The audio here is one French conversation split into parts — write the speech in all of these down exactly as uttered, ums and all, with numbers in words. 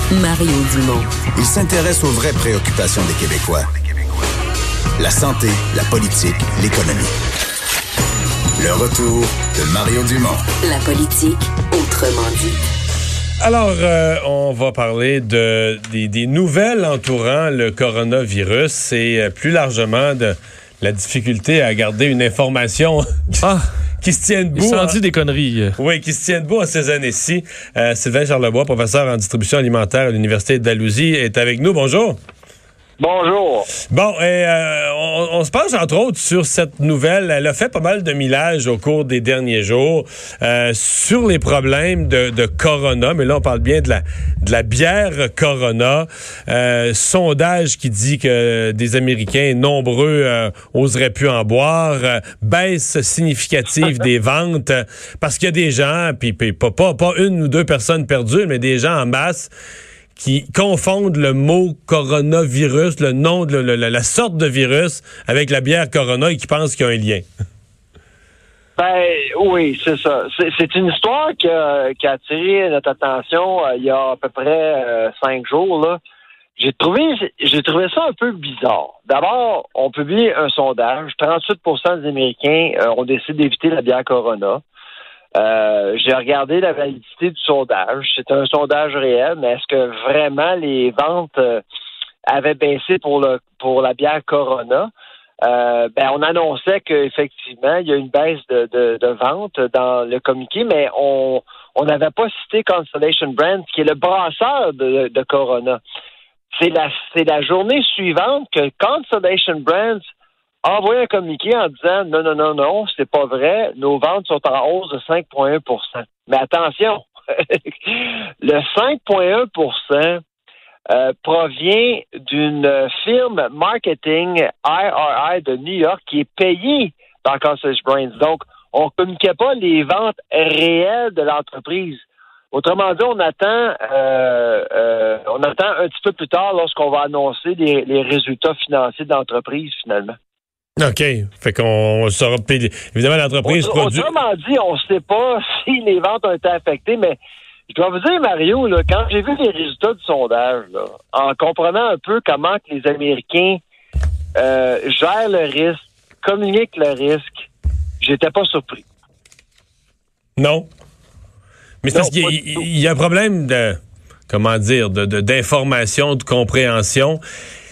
Mario Dumont. Il s'intéresse aux vraies préoccupations des Québécois. La santé, la politique, l'économie. Le retour de Mario Dumont. La politique, autrement dit. Alors, euh, on va parler de, des, des nouvelles entourant le coronavirus et euh, plus largement de la difficulté à garder une information ah, qui se tient debout. Il s'en dit des conneries. Oui, qui se tient debout à ces années-ci. Euh, Sylvain Charlebois, professeur en distribution alimentaire à l'Université de Dalhousie, est avec nous. Bonjour. Bonjour. Bon, et, euh, on, on se penche entre autres sur cette nouvelle. Elle a fait pas mal de millage au cours des derniers jours euh, sur les problèmes de, de Corona. Mais là, on parle bien de la, de la bière Corona. Euh, sondage qui dit que des Américains nombreux euh, oseraient plus en boire. Euh, baisse significative des ventes. Euh, parce qu'il y a des gens, puis, puis pas, pas, pas une ou deux personnes perdues, mais des gens en masse qui confondent le mot coronavirus, le nom de le, le, la sorte de virus, avec la bière Corona et qui pensent qu'il y a un lien. Ben oui, c'est ça. C'est, c'est une histoire qui a, qui a attiré notre attention euh, il y a à peu près euh, cinq jours. Là. J'ai trouvé j'ai trouvé ça un peu bizarre. D'abord, on publie un sondage. trente-huit pour cent des Américains euh, ont décidé d'éviter la bière Corona. Euh, j'ai regardé la validité du sondage. C'est un sondage réel, mais est-ce que vraiment les ventes euh, avaient baissé pour le pour la bière Corona? Euh, ben, on annonçait qu'effectivement, il y a une baisse de, de, de ventes dans le communiqué, mais on on n'avait pas cité Constellation Brands, qui est le brasseur de, de Corona. C'est la c'est la journée suivante que Constellation Brands a envoyé un communiqué en disant non, non, non, non, c'est pas vrai, nos ventes sont en hausse de cinq virgule un pour cent. Mais attention, le cinq virgule un pour cent euh, provient d'une firme marketing I R I de New York qui est payée par Constellation Brands. Donc, on ne communiquait pas les ventes réelles de l'entreprise. Autrement dit, on attend euh, euh, on attend un petit peu plus tard lorsqu'on va annoncer les, les résultats financiers de l'entreprise, finalement. OK. Fait qu'on saura. Évidemment, l'entreprise Autre, produit. Autrement dit, on ne sait pas si les ventes ont été affectées, mais je dois vous dire, Mario, là, quand j'ai vu les résultats du sondage, là, en comprenant un peu comment que les Américains euh, gèrent le risque, communiquent le risque, j'étais pas surpris. Non. Mais c'est parce qu'il y, il y a un problème de, comment dire, de, de, d'information, de compréhension.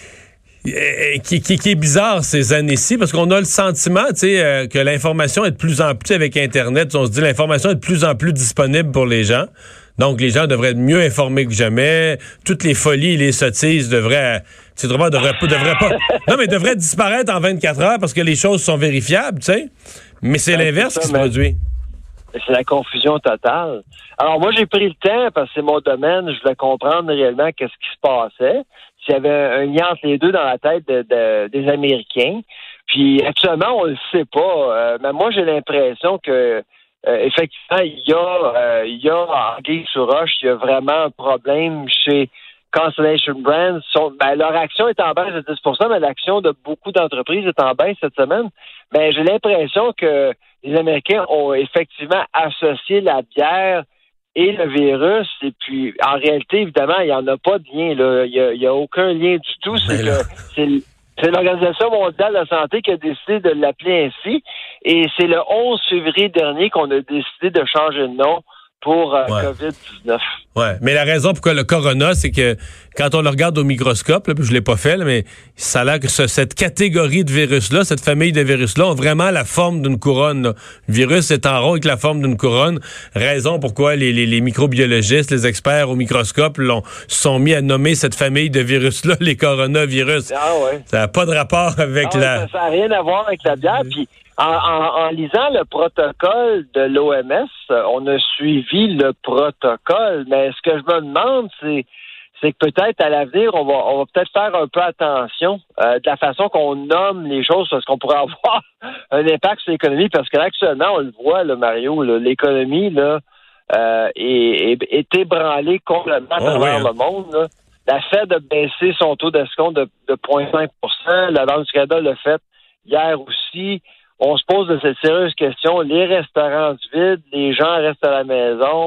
Qui, qui, qui est bizarre ces années-ci, parce qu'on a le sentiment, tu sais, euh, que l'information est de plus en plus avec Internet. On se dit l'information est de plus en plus disponible pour les gens. Donc, les gens devraient être mieux informés que jamais. Toutes les folies et les sottises devraient, tu sais, devraient, devraient, devraient pas, non, mais devraient disparaître en vingt-quatre heures parce que les choses sont vérifiables, tu sais. Mais c'est ben, l'inverse c'est ça, qui se produit. C'est la confusion totale. Alors, moi, j'ai pris le temps, parce que c'est mon domaine, je voulais comprendre réellement qu'est-ce qui se passait. S'il y avait un lien entre les deux dans la tête de, de, des Américains. Puis, actuellement, on ne le sait pas. Euh, mais moi, j'ai l'impression que, euh, effectivement, il y a, euh, il y a, anguille sous roche, il y a vraiment un problème chez Constellation Brands. Son, ben, leur action est en baisse de dix pour cent, mais l'action de beaucoup d'entreprises est en baisse cette semaine. Mais j'ai l'impression que les Américains ont effectivement associé la bière et le virus, et puis en réalité, évidemment, il n'y en a pas de lien, là. Il n'y a, il y a aucun lien du tout. C'est, que, c'est, c'est l'Organisation mondiale de la santé qui a décidé de l'appeler ainsi, et c'est le onze février dernier qu'on a décidé de changer de nom pour euh, ouais. covid dix-neuf. Ouais, mais la raison pourquoi le corona, c'est que quand on le regarde au microscope, là, puis je l'ai pas fait, là, mais ça a l'air que ce, cette catégorie de virus-là, cette famille de virus-là, ont vraiment la forme d'une couronne. Là. Le virus est en rond avec la forme d'une couronne. Raison pourquoi les, les, les microbiologistes, les experts au microscope l'ont sont mis à nommer cette famille de virus-là les coronavirus. Ah ouais. Ça n'a pas de rapport avec ah la... Ouais, ça n'a rien à voir avec la bière, puis En, en, en lisant le protocole de l'O M S, on a suivi le protocole, mais ce que je me demande, c'est, c'est que peut-être à l'avenir, on va, on va peut-être faire un peu attention euh, de la façon qu'on nomme les choses, parce qu'on pourrait avoir un impact sur l'économie, parce que là, actuellement, on le voit, là, Mario, là, l'économie là, euh, est, est, est ébranlée complètement à travers oh, oui, le monde. Là. La Fed a baissé son taux d'escompte de, de zéro virgule cinq pour cent, la Banque du Canada l'a fait hier aussi. On se pose de cette sérieuse question. Les restaurants du vide, les gens restent à la maison.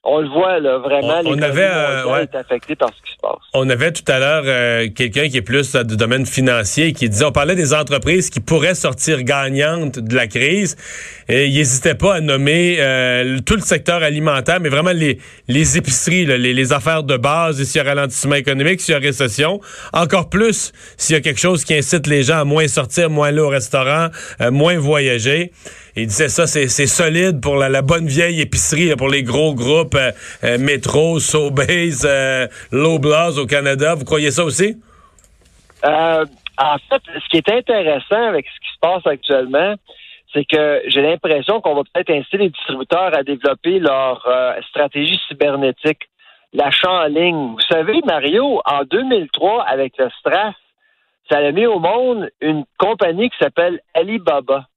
On le voit, là, vraiment, on, on avait, euh, ouais. est affecté par ce qui se passe. On avait tout à l'heure euh, quelqu'un qui est plus euh, du domaine financier qui disait, on parlait des entreprises qui pourraient sortir gagnantes de la crise et il n'hésitait pas à nommer euh, tout le secteur alimentaire, mais vraiment les, les épiceries, là, les, les affaires de base, et s'il y a ralentissement économique, s'il y a récession, encore plus s'il y a quelque chose qui incite les gens à moins sortir, moins aller au restaurant, euh, moins voyager. Il disait ça, c'est, c'est solide pour la, la bonne vieille épicerie, là, pour les gros groupes euh, euh, Metro, Sobeys, euh, Loblaws au Canada. Vous croyez ça aussi? Euh, en fait, ce qui est intéressant avec ce qui se passe actuellement, c'est que j'ai l'impression qu'on va peut-être inciter les distributeurs à développer leur euh, stratégie cybernétique, l'achat en ligne. Vous savez, Mario, en deux mille trois, avec le Strass, ça a mis au monde une compagnie qui s'appelle Alibaba.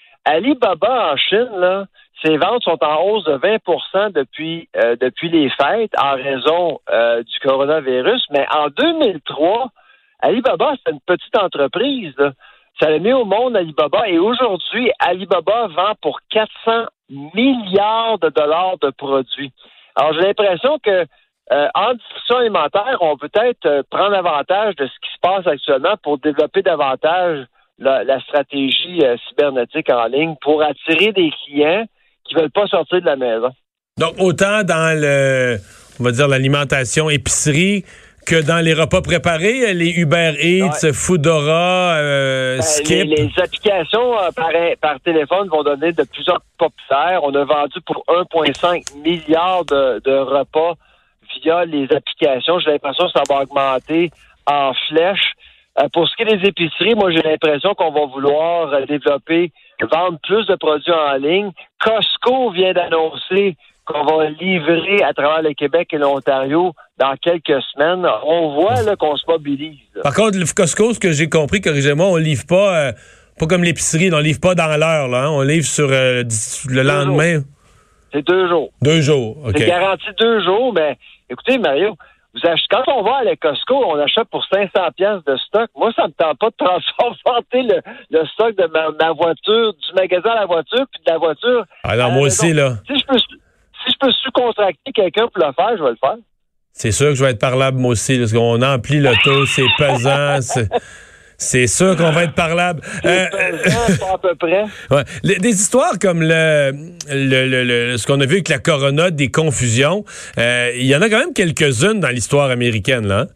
Alibaba en Chine, là, ses ventes sont en hausse de vingt pour cent depuis euh, depuis les fêtes en raison euh, du coronavirus. Mais en deux mille trois, Alibaba, c'était une petite entreprise, là. Ça l'a mis au monde Alibaba et aujourd'hui, Alibaba vend pour quatre cents milliards de dollars de produits. Alors, j'ai l'impression que euh, en discussion alimentaire, on peut peut-être euh, prendre avantage de ce qui se passe actuellement pour développer davantage La, la stratégie euh, cybernétique en ligne pour attirer des clients qui veulent pas sortir de la maison. Donc, autant dans le, on va dire, l'alimentation épicerie que dans les repas préparés, les Uber Eats, ouais. Foodora, euh, ben, Skip. Les, les applications euh, par, par téléphone vont donner de plus en plus populaires. On a vendu pour un virgule cinq milliard de, de repas via les applications. J'ai l'impression que ça va augmenter en flèche. Euh, pour ce qui est des épiceries, moi, j'ai l'impression qu'on va vouloir euh, développer, vendre plus de produits en ligne. Costco vient d'annoncer qu'on va livrer à travers le Québec et l'Ontario dans quelques semaines. On voit là qu'on se mobilise. Là. Par contre, le Costco, ce que j'ai compris, corrigez-moi, on livre pas, euh, pas comme l'épicerie, on livre pas dans l'heure, là. Hein? On livre sur euh, le deux lendemain. Jours. C'est deux jours. Deux jours, OK. C'est garanti deux jours, mais écoutez, Mario, vous achetez, quand on va à la Costco, on achète pour cinq cents piastres de stock. Moi, ça me tente pas de transporter le, le stock de ma, ma voiture, du magasin à la voiture, puis de la voiture. Ah non, moi aussi, là. Si je peux, si je peux sous-contracter quelqu'un pour le faire, je vais le faire. C'est sûr que je vais être parlable, moi aussi, parce qu'on emplit l'auto, c'est pesant, c'est... C'est sûr qu'on va être parlable. C'est euh, pesant, à peu près. Ouais. Les, des histoires comme le, le, le, le ce qu'on a vu avec la Corona, des confusions, euh, il y en a quand même quelques-unes dans l'histoire américaine, là.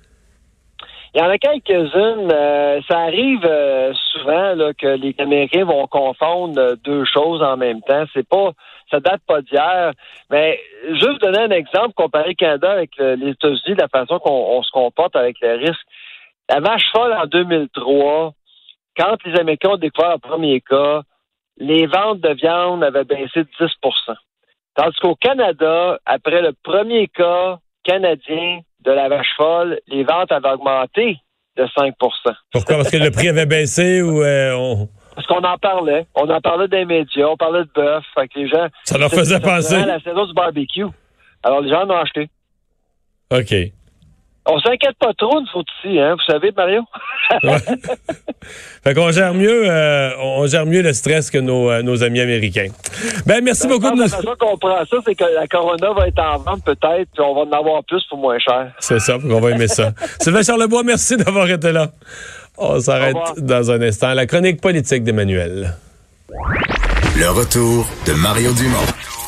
Il y en a quelques-unes. Euh, ça arrive euh, souvent là, que les Américains vont confondre deux choses en même temps. C'est pas, ça date pas d'hier. Mais juste donner un exemple, comparer le Canada avec le, les États-Unis, de la façon qu'on on se comporte avec les risques. La vache folle en deux mille trois, quand les Américains ont découvert le premier cas, les ventes de viande avaient baissé de dix pour cent. Tandis qu'au Canada, après le premier cas canadien de la vache folle, les ventes avaient augmenté de cinq pour cent. Pourquoi? Parce que le prix avait baissé ou euh, on... Parce qu'on en parlait. On en parlait des médias, on parlait de bœuf. Fait que les gens... Ça leur faisait penser. C'était la saison du barbecue. Alors les gens en ont acheté. OK. On s'inquiète pas trop, nous autres ici, hein, vous savez, Mario? Ouais. Fait qu'on gère mieux, euh, on gère mieux le stress que nos, euh, nos amis américains. Ben, merci ben, beaucoup de nous... La façon qu'on prend ça, c'est que la Corona va être en vente peut-être, puis on va en avoir plus pour moins cher. C'est ça, on va aimer ça. Sylvain Charlebois, merci d'avoir été là. On s'arrête dans un instant. La chronique politique d'Emmanuel. Le retour de Mario Dumont.